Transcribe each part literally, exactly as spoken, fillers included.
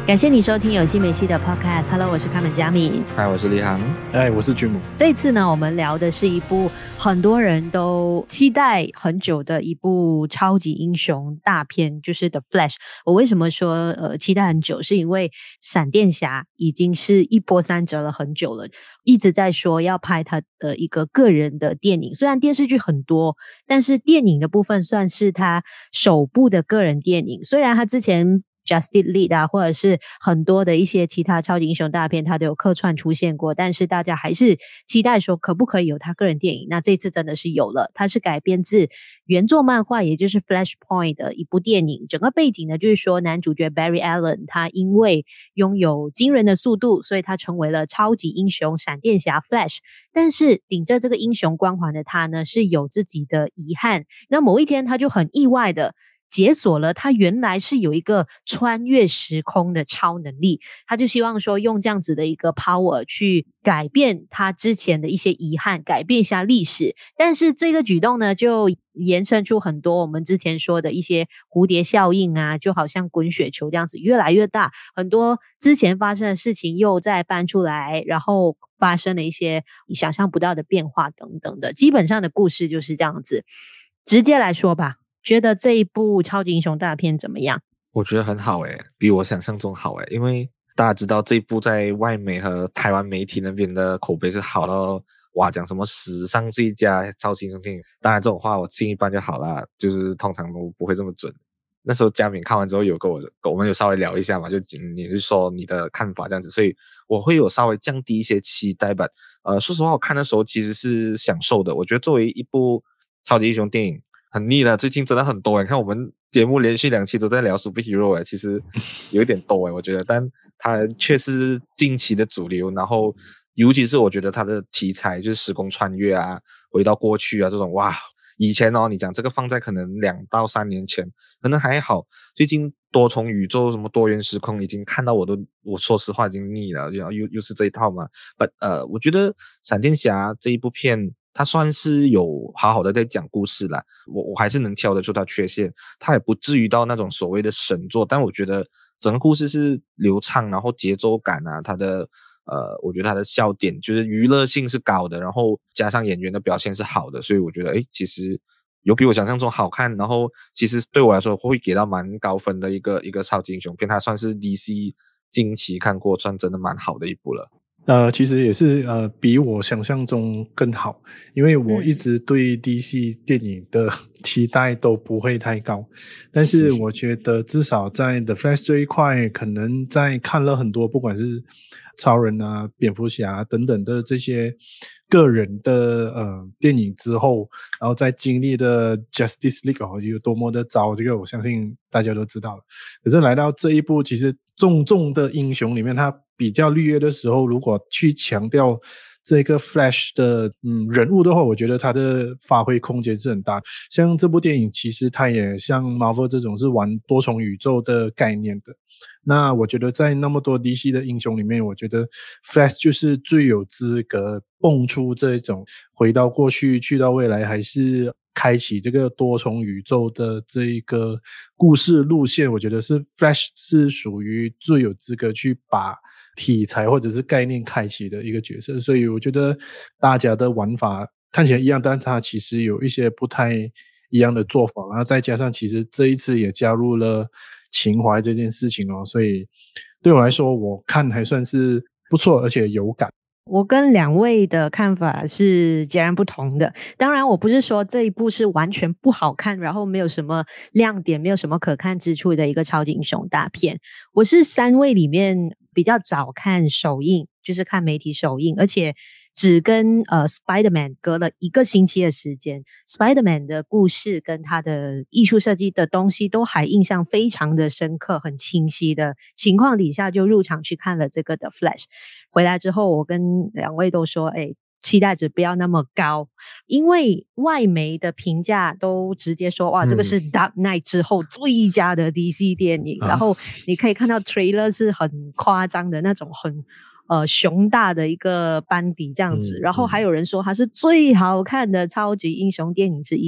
感谢你收听有戏没戏的 Podcast。Hello， 我是卡门佳敏。 嗨，我是李航。 哎，我是君姆。 这次呢，我们聊的是一部很多人都期待很久的一部超级英雄大片，就是 The Flash。我为什么说呃期待很久，是因为闪电侠已经是一波三折了很久了，一直在说要拍他的一个个人的电影。虽然电视剧很多，但是电影的部分算是他首部的个人电影。虽然他之前Justice League 啊，或者是很多的一些其他超级英雄大片，他都有客串出现过，但是大家还是期待说可不可以有他个人电影。那这次真的是有了，它是改编自原作漫画，也就是 Flashpoint 的一部电影。整个背景呢，就是说男主角 Barry Allen 他因为拥有惊人的速度，所以他成为了超级英雄闪电侠 Flash。但是顶着这个英雄光环的他呢，是有自己的遗憾。那某一天他就很意外的解锁了他原来是有一个穿越时空的超能力，他就希望说用这样子的一个 power 去改变他之前的一些遗憾，改变一下历史。但是这个举动呢，就延伸出很多我们之前说的一些蝴蝶效应啊，就好像滚雪球这样子越来越大，很多之前发生的事情又再搬出来，然后发生了一些你想象不到的变化等等的。基本上的故事就是这样子。直接来说吧，觉得这一部超级英雄大片怎么样？ 我觉得很好诶，比我想象中好诶，因为大家知道这一部在外媒和台湾媒体那边的口碑是好到哇，讲什么史上最佳超级英雄电影，当然这种话我信一半就好啦，就是通常都不会这么准。那时候佳敏看完之后有跟我我们有稍微聊一下嘛，就你是说你的看法这样子，所以我会有稍微降低一些期待吧。呃，说实话我看的时候其实是享受的，我觉得作为一部超级英雄电影很腻了，最近真的很多。你看我们节目连续两期都在聊 superhero 诶，其实有一点多诶，我觉得，但它却是近期的主流。然后，尤其是我觉得它的题材就是时空穿越啊，回到过去啊这种，哇，以前哦，你讲这个放在可能两到三年前可能还好，最近多重宇宙什么多元时空已经看到我都，我说实话已经腻了，又又是这一套嘛。But 呃，我觉得闪电侠这一部片，他算是有好好的在讲故事啦，我我还是能挑得出他缺陷，他也不至于到那种所谓的神作，但我觉得整个故事是流畅，然后节奏感啊，他的呃，我觉得他的笑点就是娱乐性是高的，然后加上演员的表现是好的，所以我觉得诶，其实有比我想象中好看，然后其实对我来说会给到蛮高分的一个一个超级英雄片，它算是 D C 近期看过算真的蛮好的一部了。 呃，其实也是呃，比我想象中更好，因为我一直对 D C 电影的期待都不会太高，但是我觉得至少在 The Flash 这一块，可能在看了很多不管是超人啊、蝙蝠侠等等的这些个人的呃电影之后，然后在经历的 Justice League 哦有多么的糟，这个我相信大家都知道了。可是来到这一部，其实重重的英雄里面，他比较绿叶的时候，如果去强调这个 Flash 的嗯人物的话，我觉得他的发挥空间是很大。像这部电影，其实它也像 Marvel 这种是玩多重宇宙的概念的。那我觉得在那么多 D C 的英雄里面，我觉得 Flash 就是最有资格蹦出这种回到过去、去到未来，还是开启这个多重宇宙的这一个故事路线。我觉得是 Flash 是属于最有资格去把题材或者是概念开启的一个角色，所以我觉得大家的玩法看起来一样，但它其实有一些不太一样的做法，然后再加上其实这一次也加入了情怀这件事情哦，所以对我来说我看还算是不错，而且有感。 我跟两位的看法是截然不同的。当然我不是说这一部是完全不好看，然后没有什么亮点，没有什么可看之处的一个超级英雄大片。我是三位里面比较早看首映，就是看媒体首映，而且只跟呃 Spider-Man 隔了一个星期的时间。Spider-Man 的故事跟他的艺术设计的东西都还印象非常的深刻，很清晰的情况底下就入场去看了这个 The Flash。回来之后我跟两位都说，诶，期待值不要那么高，因为外媒的评价都直接说哇，这个是 Dark Knight 之后最佳的 D C 电影、嗯、然后你可以看到 trailer 是很夸张的那种，很呃雄大的一个班底这样子、嗯、然后还有人说它是最好看的超级英雄电影之一。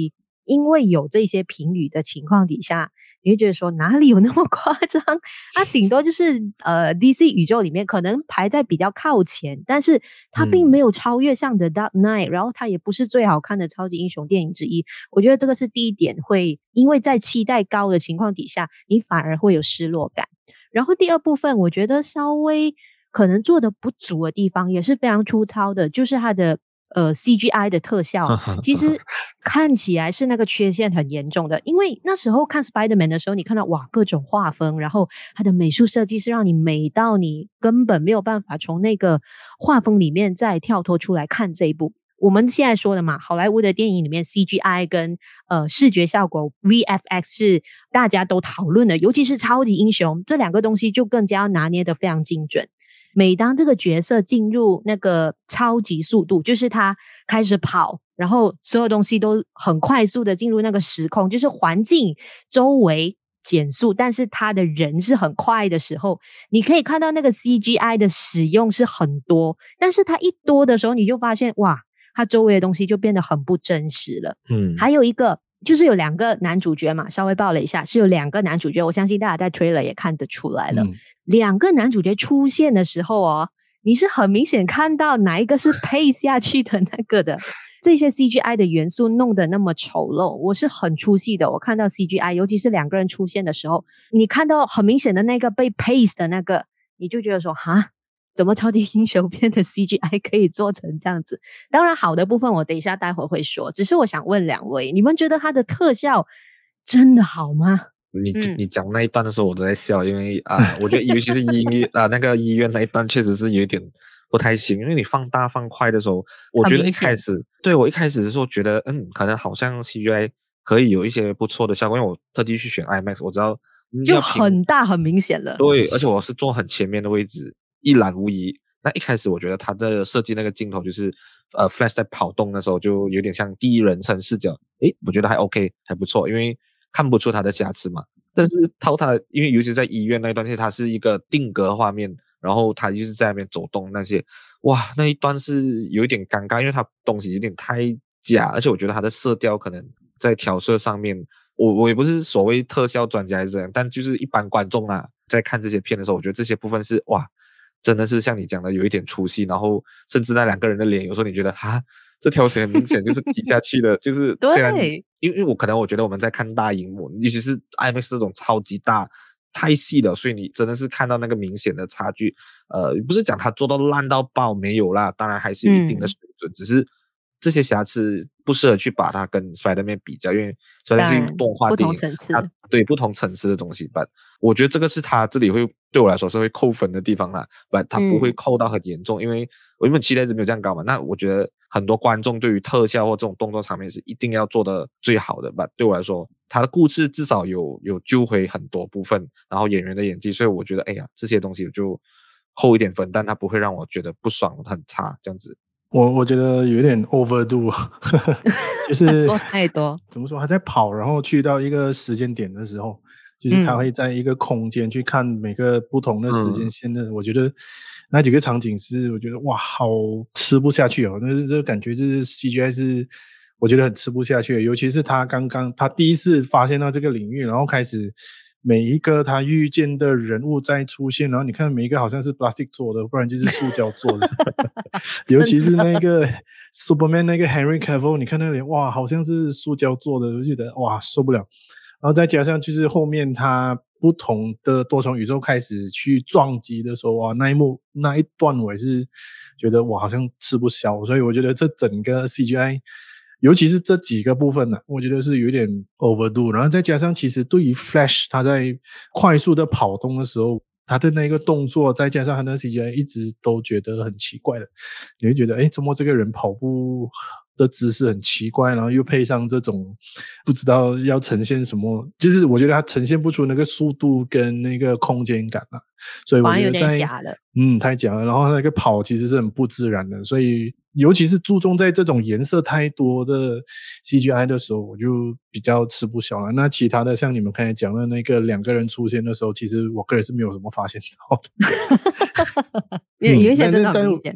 因为有这些评语的情况底下，你会觉得说哪里有那么夸张？它顶多就是呃 D C 宇宙里面可能排在比较靠前，但是它并没有超越像 The Dark Knight，嗯，然后它也不是最好看的超级英雄电影之一。我觉得这个是第一点，会因为在期待高的情况底下，你反而会有失落感。然后第二部分，我觉得稍微可能做的不足的地方也是非常粗糙的，就是它的呃 C G I 的特效，其实看起来是那个缺陷很严重的。因为那时候看 Spider-Man 的时候，你看到哇各种画风，然后它的美术设计是让你美到你根本没有办法从那个画风里面再跳脱出来看这一部。我们现在说的嘛，好莱坞的电影里面 C G I 跟呃视觉效果 V F X 是大家都讨论的，尤其是超级英雄这两个东西就更加要拿捏得非常精准。每当这个角色进入那个超级速度，就是他开始跑，然后所有东西都很快速的进入那个时空，就是环境周围减速，但是他的人是很快的时候，你可以看到那个 C G I 的使用是很多，但是它一多的时候，你就发现哇它周围的东西就变得很不真实了。嗯，还有一个就是有两个男主角嘛，稍微爆了一下，是有两个男主角，我相信大家在 trailer 也看得出来了。嗯，两个男主角出现的时候哦，你是很明显看到哪一个是配下去的那个的。这些 C G I 的元素弄得那么丑陋，我是很出戏的。我看到 C G I， 尤其是两个人出现的时候，你看到很明显的那个被 paste 的那个，你就觉得说哈，怎么超级英雄片的 C G I 可以做成这样子？当然好的部分我等一下待会会说，只是我想问两位，你们觉得它的特效真的好吗？ 你、嗯、你讲那一段的时候我都在笑，因为啊、呃，我觉得尤其是医院啊那个医院那一段确实是有一点不太行，因为你放大放快的时候，我觉得一开始对我一开始的时候觉得嗯，可能好像 C G I 可以有一些不错的效果，因为我特地去选 IMAX， 我知道就很大很明显了。 对，而且我是坐很前面的位置，一览无遗。那一开始我觉得他的设计那个镜头就是呃 Flash 在跑动的时候就有点像第一人称视角，诶，我觉得还 OK 还不错，因为看不出他的瑕疵嘛。但是套他因为尤其在医院那一段，其实它是一个定格画面，然后他就是在那边走动那些，哇，那一段是有一点尴尬，因为他东西有点太假，而且我觉得他的色调可能在调色上面，我我也不是所谓特效专家还是怎样，但就是一般观众啊，在看这些片的时候，我觉得这些部分是哇，真的是像你讲的有一点出戏，然后甚至那两个人的脸，有时候你觉得哈，这条线很明显就是比下去的，就是虽然因为我可能我觉得我们在看大荧幕，尤其是 IMAX 这种超级大太细了，所以你真的是看到那个明显的差距。呃，不是讲它做到烂到爆，没有啦，当然还是有一定的水准，嗯、只是这些瑕疵不适合去把它跟 Spider-Man 比较，因为 Spider-Man 是动画电影，它对不同层次的东西。但我觉得这个是它这里会对我来说是会扣分的地方啦，但它不会扣到很严重，嗯、因为我原本期待值没有这样高嘛。那我觉得很多观众对于特效或这种动作场面是一定要做的最好的吧。对我来说，它的故事至少有有救回很多部分，然后演员的演技，所以我觉得哎呀这些东西就扣一点分，但它不会让我觉得不爽很差这样子。 我我觉得有点 overdo， 就是做太多。 怎么说？他在跑，然后去到一个时间点的时候，就是他会在一个空间去看每个不同的时间线的。嗯、我觉得那几个场景是，我觉得哇，好吃不下去哦。但是这个感觉就是 C G I 是，我觉得很吃不下去，尤其是他刚刚他第一次发现到这个领域，然后开始。每一个他遇见的人物在出现，然后你看每一个好像是 plastic 做的，不然就是塑胶做的。尤其是那个 Superman 那个 Henry Cavill， 你看那脸哇，好像是塑胶做的，我就觉得哇受不了。然后再加上就是后面他不同的多重宇宙开始去撞击的时候，哇，那一幕那一段我也是觉得哇好像吃不消，所以我觉得这整个 C G I。尤其是这几个部分呢、啊，我觉得是有点 overdo， 然后再加上其实对于 Flash 他在快速的跑动的时候，他的那个动作，再加上他的 C G I 一直都觉得很奇怪的，你会觉得诶怎么这个人跑步的姿势很奇怪，然后又配上这种不知道要呈现什么，就是我觉得他呈现不出那个速度跟那个空间感啊，所以我觉得在有点假了， 嗯，太假了，然后那个跑其实是很不自然的，所以尤其是注重在这种颜色太多的 C G I 的时候，我就比较吃不消了。那其他的像你们刚才讲的那个两个人出现的时候，其实我个人是没有什么发现到的。 有有一些真的很明显。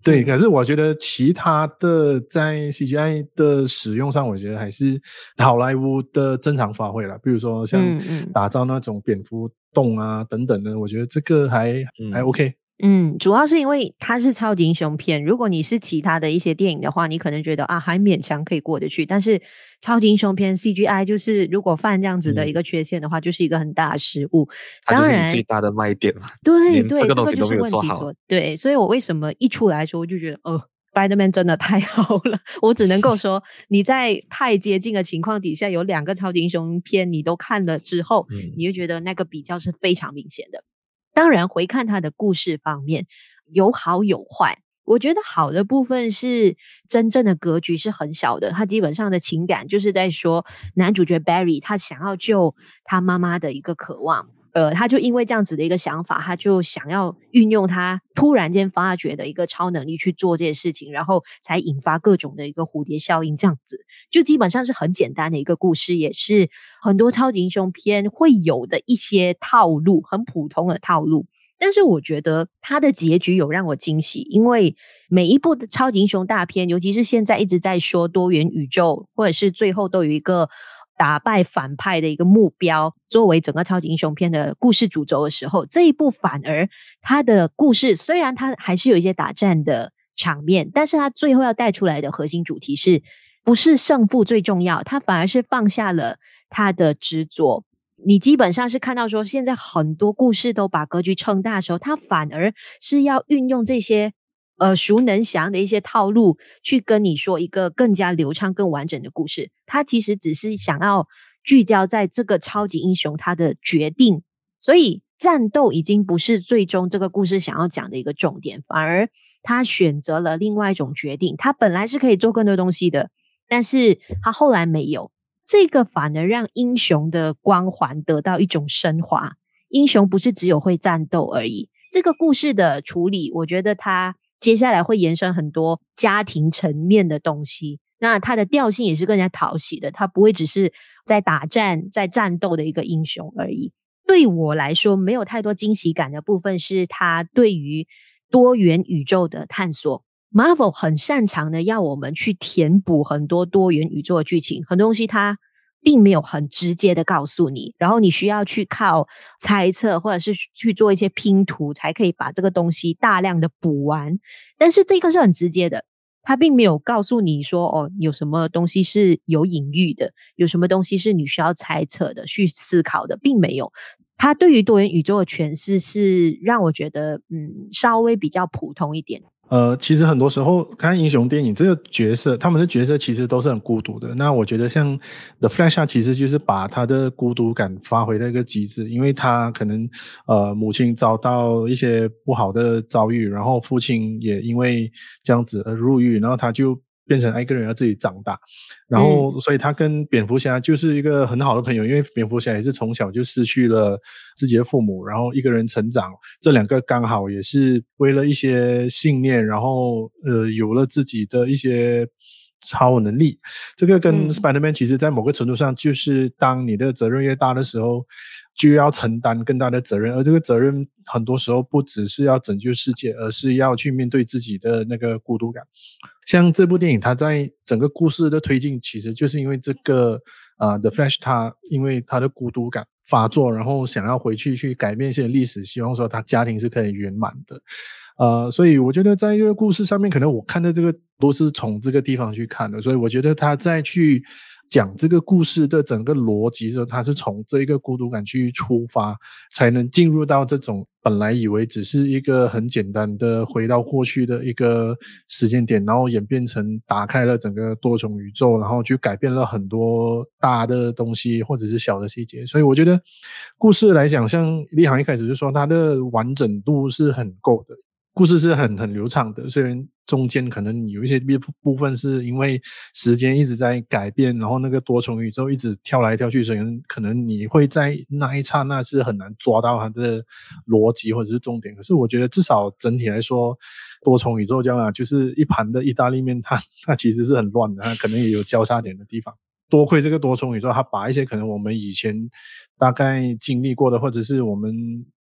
对，可是我觉得其他的在 C G I 的使用上，我觉得还是好莱坞的正常发挥啦，比如说像打造那种蝙蝠洞啊等等的，我觉得这个还、嗯、还 OK。 嗯，主要是因为它是超级英雄片，如果你是其他的一些电影的话，你可能觉得啊还勉强可以过得去，但是超级英雄片 C G I 就是如果犯这样子的一个缺陷的话，嗯、就是一个很大的失误。 它就是你最大的卖点嘛。 对对， 这个东西都没有做好。 这个、对，所以我为什么一出来的时候我就觉得，呃 ，Spider-Man 真的太好了，我只能够说你在太接近的情况底下，有两个超级英雄片你都看了之后，嗯、你就觉得那个比较是非常明显的。当然，回看它的故事方面。有好有坏，我觉得好的部分是真正的格局是很小的，他基本上的情感就是在说男主角 Barry 他想要救他妈妈的一个渴望，呃，他就因为这样子的一个想法，他就想要运用他突然间发掘的一个超能力去做这些事情，然后才引发各种的一个蝴蝶效应，这样子就基本上是很简单的一个故事，也是很多超级英雄片会有的一些套路，很普通的套路。但是我觉得它的结局有让我惊喜，因为每一部的超级英雄大片，尤其是现在一直在说多元宇宙，或者是最后都有一个打败反派的一个目标作为整个超级英雄片的故事主轴的时候，这一部反而它的故事虽然它还是有一些打战的场面，但是它最后要带出来的核心主题是不是胜负最重要，它反而是放下了它的执着。你基本上是看到说现在很多故事都把格局撑大的时候，它反而是要运用这些耳熟能详的一些套路去跟你说一个更加流畅更完整的故事，它其实只是想要聚焦在这个超级英雄他的决定，所以战斗已经不是最终这个故事想要讲的一个重点，反而他选择了另外一种决定，他本来是可以做更多东西的，但是他后来没有，这个反而让英雄的光环得到一种升华，英雄不是只有会战斗而已。这个故事的处理，我觉得它接下来会延伸很多家庭层面的东西，那它的调性也是更加讨喜的，它不会只是在打战在战斗的一个英雄而已。对我来说没有太多惊喜感的部分是它对于多元宇宙的探索， Marvel 很擅长的要我们去填补很多多元宇宙的剧情，很多东西它并没有很直接的告诉你，然后你需要去靠猜测或者是去做一些拼图才可以把这个东西大量的补完，但是这个是很直接的，它并没有告诉你说哦，有什么东西是有隐喻的，有什么东西是你需要猜测的去思考的，并没有。它对于多元宇宙的诠释是让我觉得嗯稍微比较普通一点。 呃，其实很多时候看英雄电影，这个角色他们的角色其实都是很孤独的。那我觉得像 The Flash 其实就是把他的孤独感发挥到一个极致，因为他可能呃母亲遭到一些不好的遭遇，然后父亲也因为这样子而入狱，然后他就变成一个人要自己长大，然后所以他跟蝙蝠侠就是一个很好的朋友，因为蝙蝠侠也是从小就失去了自己的父母，然后一个人成长，这两个刚好也是为了一些信念，然后呃有了自己的一些超能力。这个跟 Spider-Man 其实在某个程度上就是当你的责任越大的时候就要承担更大的责任，而这个责任很多时候不只是要拯救世界，而是要去面对自己的那个孤独感。像这部电影它在整个故事的推进其实就是因为这个呃 The Flash 他因为他的孤独感发作，然后想要回去去改变一些历史，希望说他家庭是可以圆满的。呃，所以我觉得在这个故事上面，可能我看的这个都是从这个地方去看的，所以我觉得他再去讲这个故事的整个逻辑的时候，他是从这一个孤独感去出发，才能进入到这种本来以为只是一个很简单的回到过去的一个时间点，然后演变成打开了整个多重宇宙，然后去改变了很多大的东西或者是小的细节。所以我觉得故事来讲，像立行一开始就说它的完整度是很够的，故事是很很流畅的，虽然中间可能有一些部分是因为时间一直在改变，然后那个多重宇宙一直跳来跳去，所以可能你会在那一刹那是很难抓到它的逻辑或者是重点。可是我觉得至少整体来说，多重宇宙这样啊，就是一盘的意大利面，它它其实是很乱的，它可能也有交叉点的地方。多亏这个多重宇宙，它把一些可能我们以前大概经历过的，或者是我们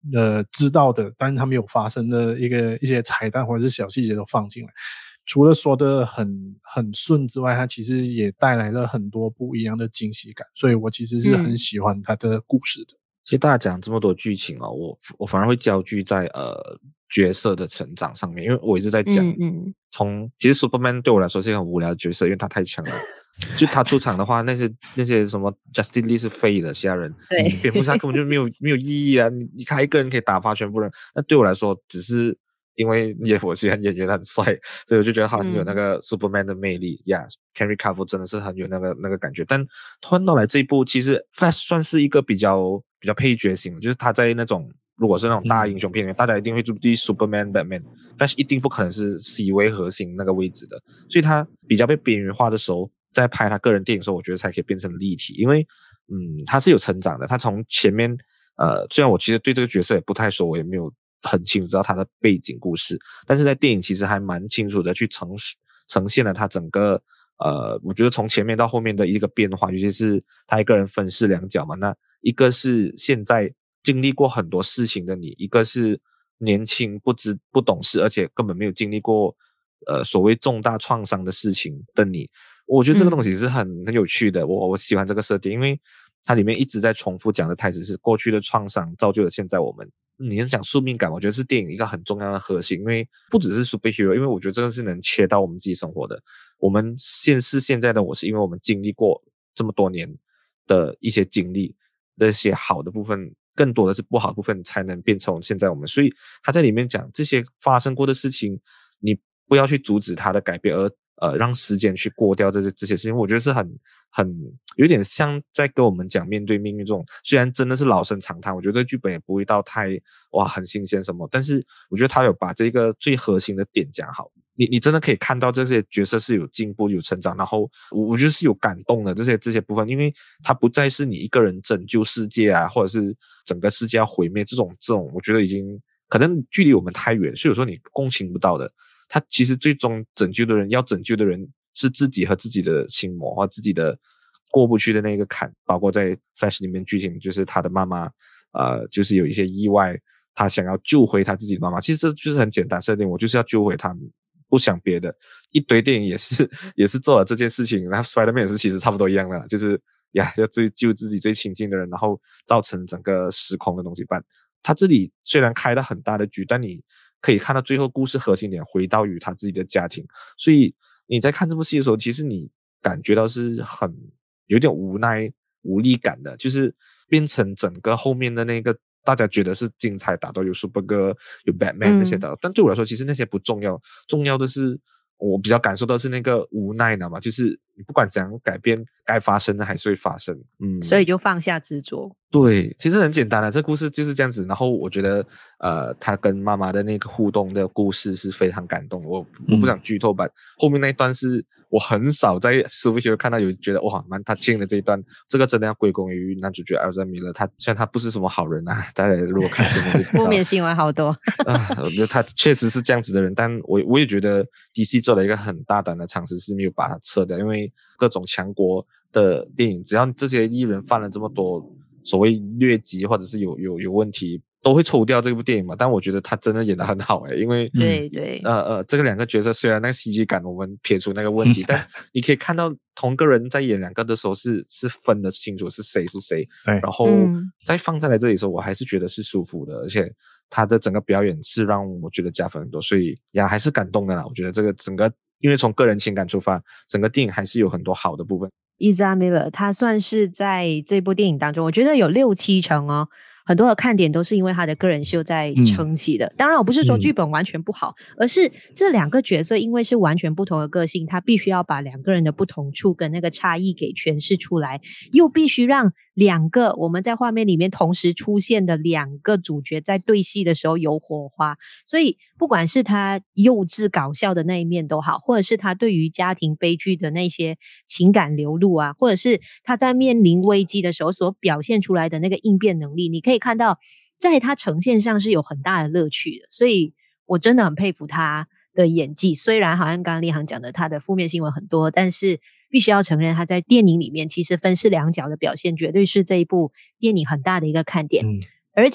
呃知道的，但是他没有发生的一个一些彩蛋或者是小细节都放进来。除了说的很很顺之外，它其实也带来了很多不一样的惊喜感，所以我其实是很喜欢它的故事的。 嗯、其实大家讲这么多剧情哦，我我反而会焦聚在呃角色的成长上面，因为我一直在讲，嗯嗯，从其实 Superman 对我来说是一个很无聊的角色，因为他太强了。就他出场的话，那些那些什么 Justice League 是废的，其他人对蝙蝠侠根本就没有没有意义啊！你你他一个人可以打发全部人，那对我来说只是。因为也我喜欢演员很帅，所以我就觉得他很有那个 Superman 的魅力呀。嗯 yeah, Henry Cavill 真的是很有那个那个感觉。但换到来这一部，其实 Flash 算是一个比较比较配角型，就是他在那种如果是那种大英雄片里面，嗯、大家一定会注意 Superman、Batman，Flash 一定不可能是 C 位核心那个位置的，所以他比较被边缘化的时候，在拍他个人电影的时候，我觉得才可以变成立体，因为嗯他是有成长的，他从前面呃虽然我其实对这个角色也不太熟，我也没有。很清楚知道他的背景故事，但是在电影其实还蛮清楚的去呈呈现了他整个呃，我觉得从前面到后面的一个变化，尤其是他一个人分饰两角嘛。那一个是现在经历过很多事情的你，一个是年轻不知不懂事，而且根本没有经历过呃所谓重大创伤的事情的你。我觉得这个东西是很、嗯、很有趣的，我我喜欢这个设定，因为它里面一直在重复讲的台词是过去的创伤造就了现在我们。你是讲宿命感，我觉得是电影一个很重要的核心，因为不只是 superhero， 因为我觉得这个是能切到我们自己生活的。我们现是现在的我是因为我们经历过这么多年的一些经历，那些好的部分，更多的是不好的部分，才能变成现在我们。所以他在里面讲这些发生过的事情，你不要去阻止它的改变，而呃让时间去过掉这些这些事情，我觉得是很很有点像在跟我们讲面对命运这种，虽然真的是老生常谈，我觉得这个剧本也不会到太哇很新鲜什么，但是我觉得他有把这个最核心的点讲好，你你真的可以看到这些角色是有进步有成长，然后我我觉得是有感动的这些这些部分，因为他不再是你一个人拯救世界啊，或者是整个世界要毁灭这种这种，我觉得已经可能距离我们太远，所以有时候你共情不到的。他其实最终拯救的人，要拯救的人是自己和自己的心魔和自己的过不去的那个坎，包括在 Flash 里面剧情就是他的妈妈呃，就是有一些意外，他想要救回他自己的妈妈，其实这就是很简单设定，我就是要救回他，不想别的。一堆电影也是也是做了这件事情，然后 Spider-Man 也是其实差不多一样的，就是呀要追救自己最亲近的人，然后造成整个时空的东西办。他这里虽然开了很大的局，但你可以看到最后故事核心点回到于他自己的家庭，所以你在看这部戏的时候，其实你感觉到是很有点无奈无力感的，就是变成整个后面的那个大家觉得是精彩打斗，有 Super Girl 有 Batman 那些打斗、嗯、但对我来说其实那些不重要，重要的是我比较感受到是那个无奈的嘛，就是你不管怎样改变，该发生的还是会发生。嗯， 所以就放下执着。 对，其实很简单的，这故事就是这样子。然后我觉得，呃，他跟妈妈的那个互动的故事是非常感动。我我不想剧透吧、嗯，后面那一段是我很少在 Superhero 看到有觉得哇蛮touching的这一段。这个真的要归功于男主角 Ezra Miller， 他虽然他不是什么好人啊，大家如果看新闻就知道负面新闻好多啊，我觉得他确实是这样子的人，但我我也觉得 D C 做了一个很大胆的尝试，是没有把他撤掉，因为各种强国的电影，只要这些艺人犯了这么多所谓劣迹或者是有有有问题，都会抽掉这部电影嘛。但我觉得他真的演得很好诶、欸，因为对对呃呃，这个两个角色虽然那个 C G 感我们撇除那个问题，但你可以看到同个人在演两个的时候是是分得清楚是谁是谁，然后再放在来这里的时候，我还是觉得是舒服的，而且他的整个表演是让我觉得加分很多，所以呀还是感动的啦。我觉得这个整个因为从个人情感出发，整个电影还是有很多好的部分。 Ezra Miller 他算是在这部电影当中，我觉得有六七成哦，很多的看点都是因为他的个人秀在撑起的、嗯、当然我不是说剧本完全不好、嗯、而是这两个角色因为是完全不同的个性，他必须要把两个人的不同处跟那个差异给诠释出来，又必须让两个我们在画面里面同时出现的两个主角在对戏的时候有火花，所以不管是他幼稚搞笑的那一面都好，或者是他对于家庭悲剧的那些情感流露啊，或者是他在面临危机的时候所表现出来的那个应变能力，你可以看到在他呈现上是有很大的乐趣的，所以我真的很佩服他的演技。虽然好像刚刚立行讲的他的负面新闻很多，但是必须要承认他在电影里面其实分饰两角的表现绝对是这一部电影很大的一个看点、嗯、而且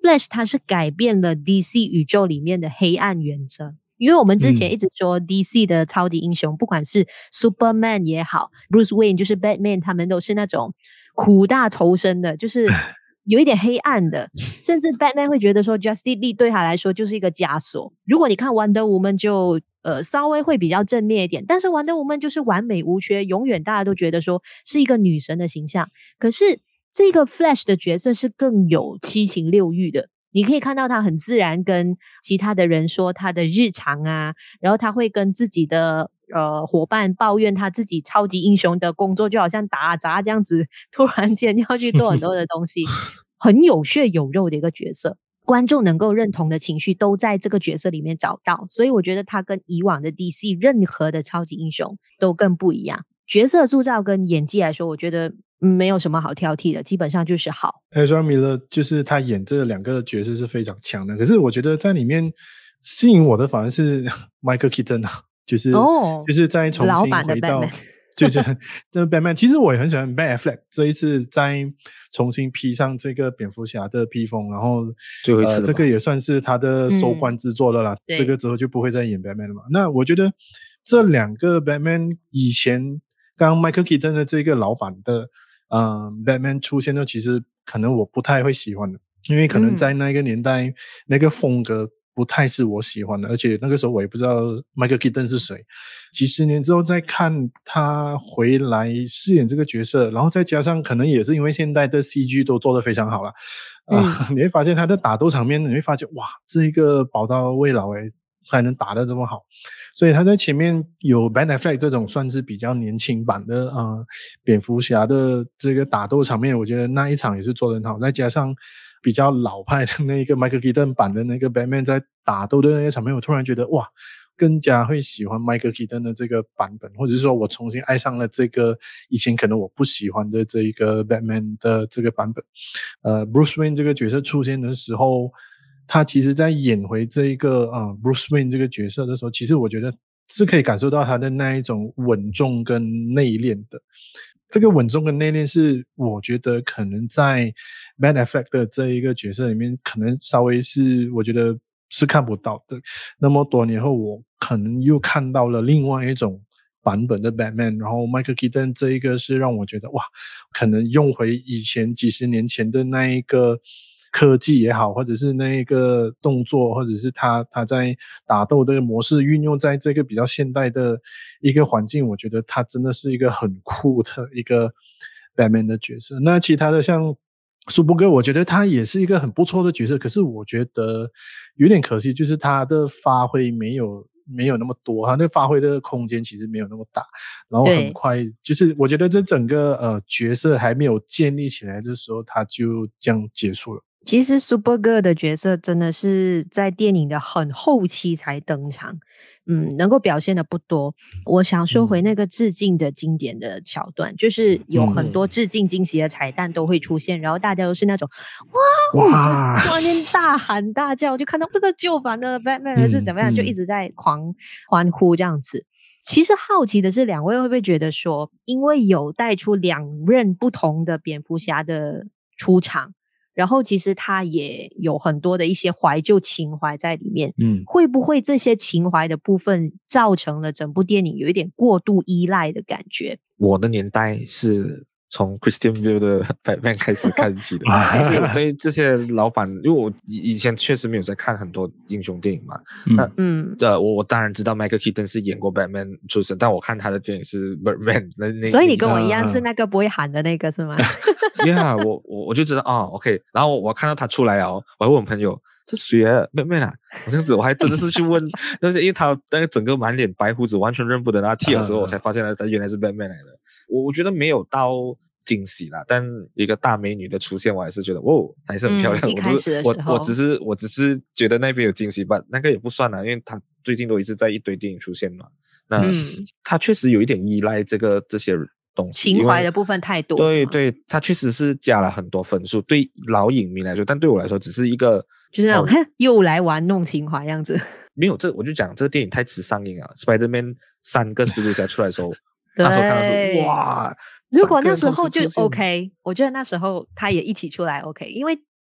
Flash 它是改变了 D C 宇宙里面的黑暗原则。因为我们之前一直说 D C 的超级英雄，嗯、不管是 Superman 也好 Bruce Wayne 就是 Batman， 他们都是那种苦大仇深的，就是有一点黑暗的，甚至 Batman 会觉得说 Justice League 对他来说就是一个枷锁。如果你看 Wonder Woman 就呃稍微会比较正面一点，但是 Wonder Woman 就是完美无缺，永远大家都觉得说是一个女神的形象。可是这个 Flash 的角色是更有七情六欲的，你可以看到他很自然跟其他的人说他的日常啊，然后他会跟自己的呃伙伴抱怨他自己超级英雄的工作，就好像打杂这样子，突然间要去做很多的东西，很有血有肉的一个角色，观众能够认同的情绪都在这个角色里面找到，所以我觉得他跟以往的 D C 任何的超级英雄都更不一样。角色塑造跟演技来说，我觉得没有什么好挑剔的，基本上就是好。 Ezra Miller 就是他演这两个角色是非常强的，可是我觉得在里面吸引我的反而是 Michael Keaton 啊，就是、哦、就是在重新回到就是那 Batman， 其实我也很喜欢 Ben Affleck 这一次在重新披上这个蝙蝠侠的披风，然后最后一次、呃、 这个也算是他的收官之作了啦、嗯、这个之后就不会再演 Batman 了嘛。那我觉得这两个 Batman 以前刚 Michael Keaton 的这个老版的呃 Batman 出现的，其实可能我不太会喜欢的，因为可能在那个年代、嗯、那个风格不太是我喜欢的，而且那个时候我也不知道 Michael Keaton 是谁，几十年之后再看他回来饰演这个角色，然后再加上可能也是因为现代的 C G 都做得非常好了、呃嗯、你会发现他的打斗场面，你会发现哇，这个宝刀未老诶还能打得这么好，所以他在前面有 Ben Affleck 这种算是比较年轻版的呃蝙蝠侠的这个打斗场面，我觉得那一场也是做得很好，再加上比较老派的那个 Michael Keaton 版的那个 Batman 在打斗的那个场面，我突然觉得哇，更加会喜欢 Michael Keaton 的这个版本，或者是说我重新爱上了这个以前可能我不喜欢的这一个 Batman 的这个版本。呃 Bruce Wayne 这个角色出现的时候，他其实在演回这一个呃 Bruce Wayne 这个角色的时候，其实我觉得是可以感受到他的那一种稳重跟内敛的。这个稳重跟内敛是我觉得可能在 Ben Affleck 的这一个角色里面可能稍微是我觉得是看不到的。那么多年后我可能又看到了另外一种版本的 Batman， 然后 Michael Keaton 这一个是让我觉得哇，可能用回以前几十年前的那一个科技也好，或者是那个动作，或者是他他在打斗的模式运用在这个比较现代的一个环境，我觉得他真的是一个很酷的一个 Batman 的角色。那其他的像苏波哥，我觉得他也是一个很不错的角色，可是我觉得有点可惜，就是他的发挥没有没有那么多，他那发挥的空间其实没有那么大，然后很快就是我觉得这整个呃角色还没有建立起来的时候，他就这样结束了。 其实 Supergirl 的角色真的是在电影的很后期才登场，嗯，能够表现的不多。我想说回那个致敬的经典的桥段，嗯、就是有很多致敬惊喜的彩蛋都会出现，嗯、然后大家都是那种哇哇，突然间大喊大叫，就看到这个旧版的 Batman 还是怎么样，嗯、就一直在狂欢呼这样子。其实好奇的是，两位会不会觉得说，因为有带出两任不同的蝙蝠侠的出场？然后其实他也有很多的一些怀旧情怀在里面，嗯，会不会这些情怀的部分造成了整部电影有一点过度依赖的感觉？ 我的年代是从 Christian Bale 的 Batman 开始看起的，所以我对这些老板，因为我以前确实没有在看很多英雄电影嘛，嗯，那嗯，呃，我我当然知道 Michael Keaton 是演过 Batman 出身，但我看他的电影是 Batman 那那， 所以你跟我一样是那个不会喊的那个是吗 ？Yeah， 我我我就知道啊、哦、，OK， 然后我看到他出来哦，我还问我朋友。这谁啊 Batman 啊，我这样子我还真的是去问，但是因为他那个整个满脸白胡子完全认不得他剃的时候，我才发现他原来是 Batman 来的。我我觉得没有到惊喜啦，但一个大美女的出现，我还是觉得哦，还是很漂亮。 嗯、一开始的时候， 我我只是我只是觉得那边有惊喜吧，那个也不算啦，因为他最近都一直在一堆电影出现嘛。那、嗯、他确实有一点依赖这个这些东西， 情怀的部分太多。 对对，他确实是加了很多分数，对老影迷来说，但对我来说只是一个。 就是那种、哦、又来玩弄情怀样子， 没有这我就讲这个电影太迟上映了。Spider-Man 三个蜘蛛侠出来的时候，那时候看到是哇， 如果那时候就 OK， 我觉得那时候他也一起出来 OK， 因为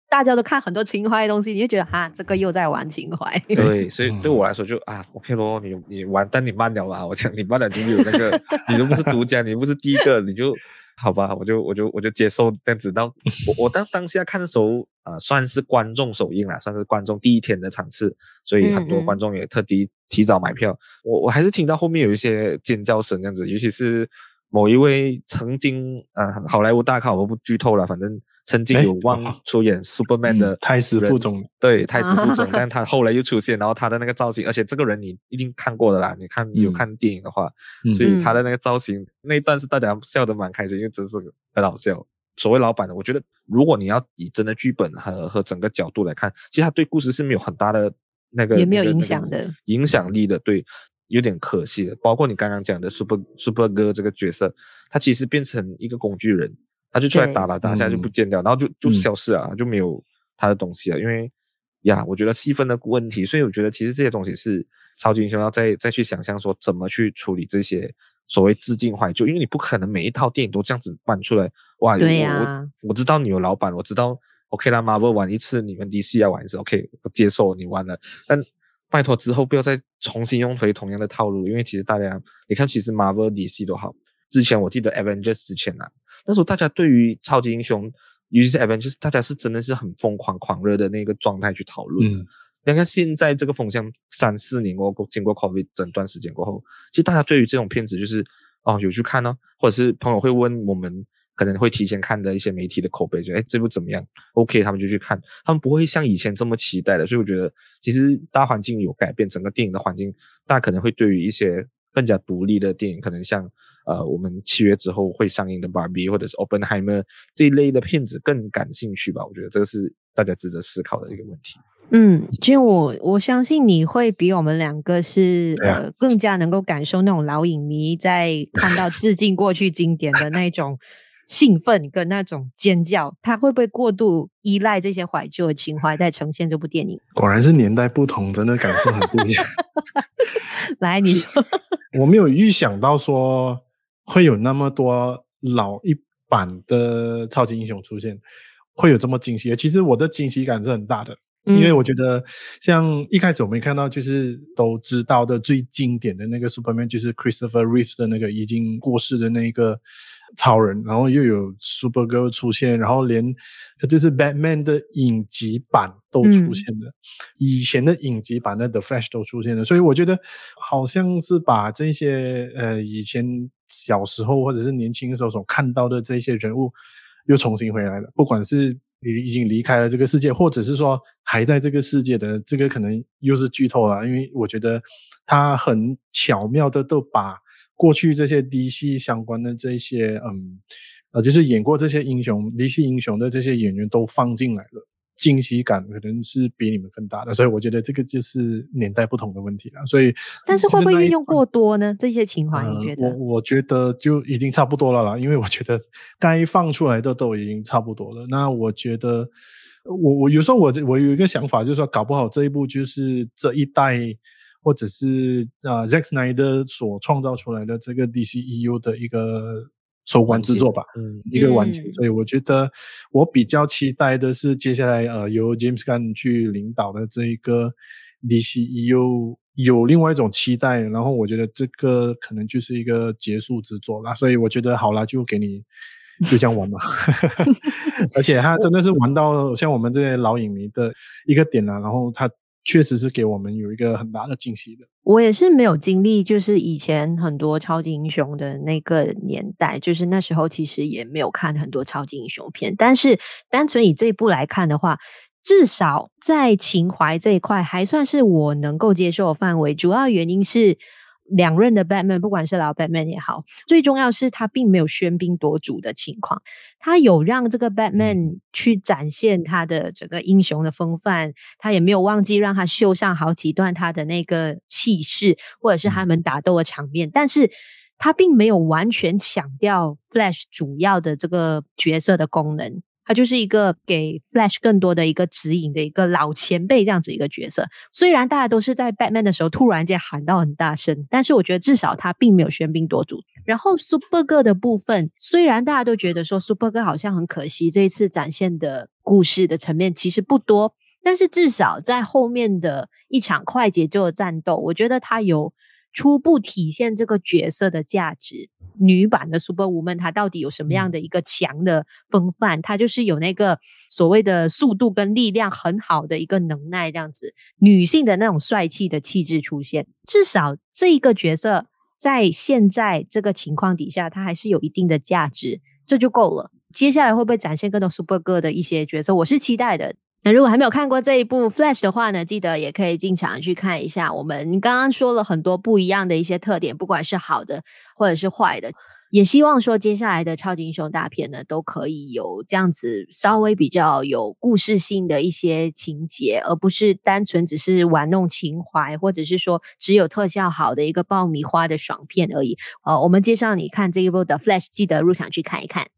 大家都看很多情怀的东西，你就觉得哈，这个又在玩情怀。 对，所以对我来说就啊 OK 咯，你你玩，但你慢了啦，我讲你慢了就没有那个，你都不是独家，你不是第一个，你就好吧，我就我就我就接受这样子。到我我当当下看的时候啊、呃，算是观众首映啦，算是观众第一天的场次，所以很多观众也特地提早买票。嗯嗯我我还是听到后面有一些尖叫声这样子，尤其是某一位曾经啊、呃、好莱坞大咖，我不剧透了，反正曾经有望出演 Superman 的、 嗯、泰斯副总， 对，泰斯副总，但他后来又出现，然后他的那个造型，而且这个人你一定看过的啦，你看有看电影的话，嗯、所以他的那个造型、嗯、那一段是大家笑得蛮开心，因为真是很好笑。所谓老板的，我觉得如果你要以真的剧本和和整个角度来看，其实他对故事是没有很大的那个也没有影响的、 那个、影响力的，对，有点可惜的。包括你刚刚讲的 Super Super 哥这个角色，他其实变成一个工具人。他就出来打了打下就不见掉、嗯、然后就就消失了、嗯、就没有他的东西了。因为呀我觉得细分的问题，所以我觉得其实这些东西是超级英雄要再再去想象说怎么去处理这些所谓致敬怀旧，因为你不可能每一套电影都这样子搬出来。哇， 对呀、啊， 我我知道你有老板，我知道 OK 啦 Marvel 玩一次，你们 D C 要玩一次 OK 我接受你玩了，但拜托之后不要再重新用回同样的套路。因为其实大家你看其实 Marvel D C 都好，之前我记得 Avengers 之前啊，那时候大家对于超级英雄尤其是 Avengers 大家是真的是很疯狂狂热的那个状态去讨论。嗯，你看现在这个风向三四年过后，经过 COVID 整段时间过后，其实大家对于这种片子就是哦有去看哦，或者是朋友会问我们可能会提前看的一些媒体的口碑，就哎这部怎么样 OK 他们就去看，他们不会像以前这么期待的。所以我觉得其实大环境有改变，整个电影的环境大家可能会对于一些更加独立的电影，可能像呃我们七月之后会上映的 Barbie 或者是 Oppenheimer 这一类的片子更感兴趣吧。我觉得这个是大家值得思考的一个问题。 嗯，就我我相信你会比我们两个是、啊、呃更加能够感受那种老影迷在看到致敬过去经典的那种兴奋跟那种尖叫，他会不会过度依赖这些怀旧的情怀在呈现这部电影？ 果然是年代不同，真的感受很不一样。 来，你说。 我没有预想到说会有那么多老一版的超级英雄出现，会有这么惊喜。其实我的惊喜感是很大的，因为我觉得像一开始我们看到就是都知道的最经典的那个 Superman 就是 Christopher Reeves 的那个已经过世的那个超人，然后又有 Supergirl 出现，然后连就是 Batman 的影集版都出现了、嗯、以前的影集版的 The Flash 都出现了。所以我觉得好像是把这些呃以前小时候或者是年轻的时候所看到的这些人物又重新回来了，不管是已经离开了这个世界，或者是说还在这个世界的，这个可能又是剧透了。因为我觉得他很巧妙的都把过去这些 D C 相关的这些嗯呃，就是演过这些英雄 D C 英雄的这些演员都放进来了，惊喜感可能是比你们更大的。所以我觉得这个就是年代不同的问题啦。所以但是会不会运用过多呢？这些情怀你觉得、 呃、我我觉得就已经差不多了啦，因为我觉得该放出来的都已经差不多了。那我觉得我我有时候我我有一个想法，就是说搞不好这一部就是这一代或者是呃 Zack Snyder 所创造出来的这个 D C E U 的一个收官之作吧，嗯，一个完结、嗯、所以我觉得我比较期待的是接下来呃由 James Gunn 去领导的这一个 D C E U 有另外一种期待，然后我觉得这个可能就是一个结束之作啦，所以我觉得好啦，就给你就这样玩嘛。而且他真的是玩到像我们这些老影迷的一个点啦，然后他确实是给我们有一个很大的惊喜的。 我也是没有经历就是以前很多超级英雄的那个年代，就是那时候其实也没有看很多超级英雄片，但是单纯以这一部来看的话，至少在情怀这一块还算是我能够接受的范围。主要原因是两任的 Batman 不管是老 Batman 也好，最重要是他并没有喧宾夺主的情况，他有让这个 Batman 去展现他的整个英雄的风范，他也没有忘记让他秀上好几段他的那个气势或者是他们打斗的场面，但是他并没有完全抢掉 Flash 主要的这个角色的功能， 他就是一个给 Flash 更多的一个指引的一个老前辈这样子一个角色。虽然大家都是在 Batman 的时候突然间喊到很大声，但是我觉得至少他并没有喧宾夺主。然后 Supergirl 的部分，虽然大家都觉得说 Supergirl 好像很可惜，这一次展现的故事的层面其实不多，但是至少在后面的一场快节奏的战斗，我觉得他有初步体现这个角色的价值。女版的 Superwoman 她到底有什么样的一个强的风范，她就是有那个所谓的速度跟力量很好的一个能耐，这样子女性的那种帅气的气质出现。至少这一个角色在现在这个情况底下，它还是有一定的价值，这就够了。接下来会不会展现更多 Supergirl 的一些角色，我是期待的。那如果还没有看过这一部 Flash 的话呢，记得也可以进场去看一下。我们刚刚说了很多不一样的一些特点，不管是好的或者是坏的，也希望说接下来的超级英雄大片呢，都可以有这样子稍微比较有故事性的一些情节，而不是单纯只是玩弄情怀，或者是说只有特效好的一个爆米花的爽片而已。呃，我们介绍你看这一部的 Flash， 记得入场去看一看。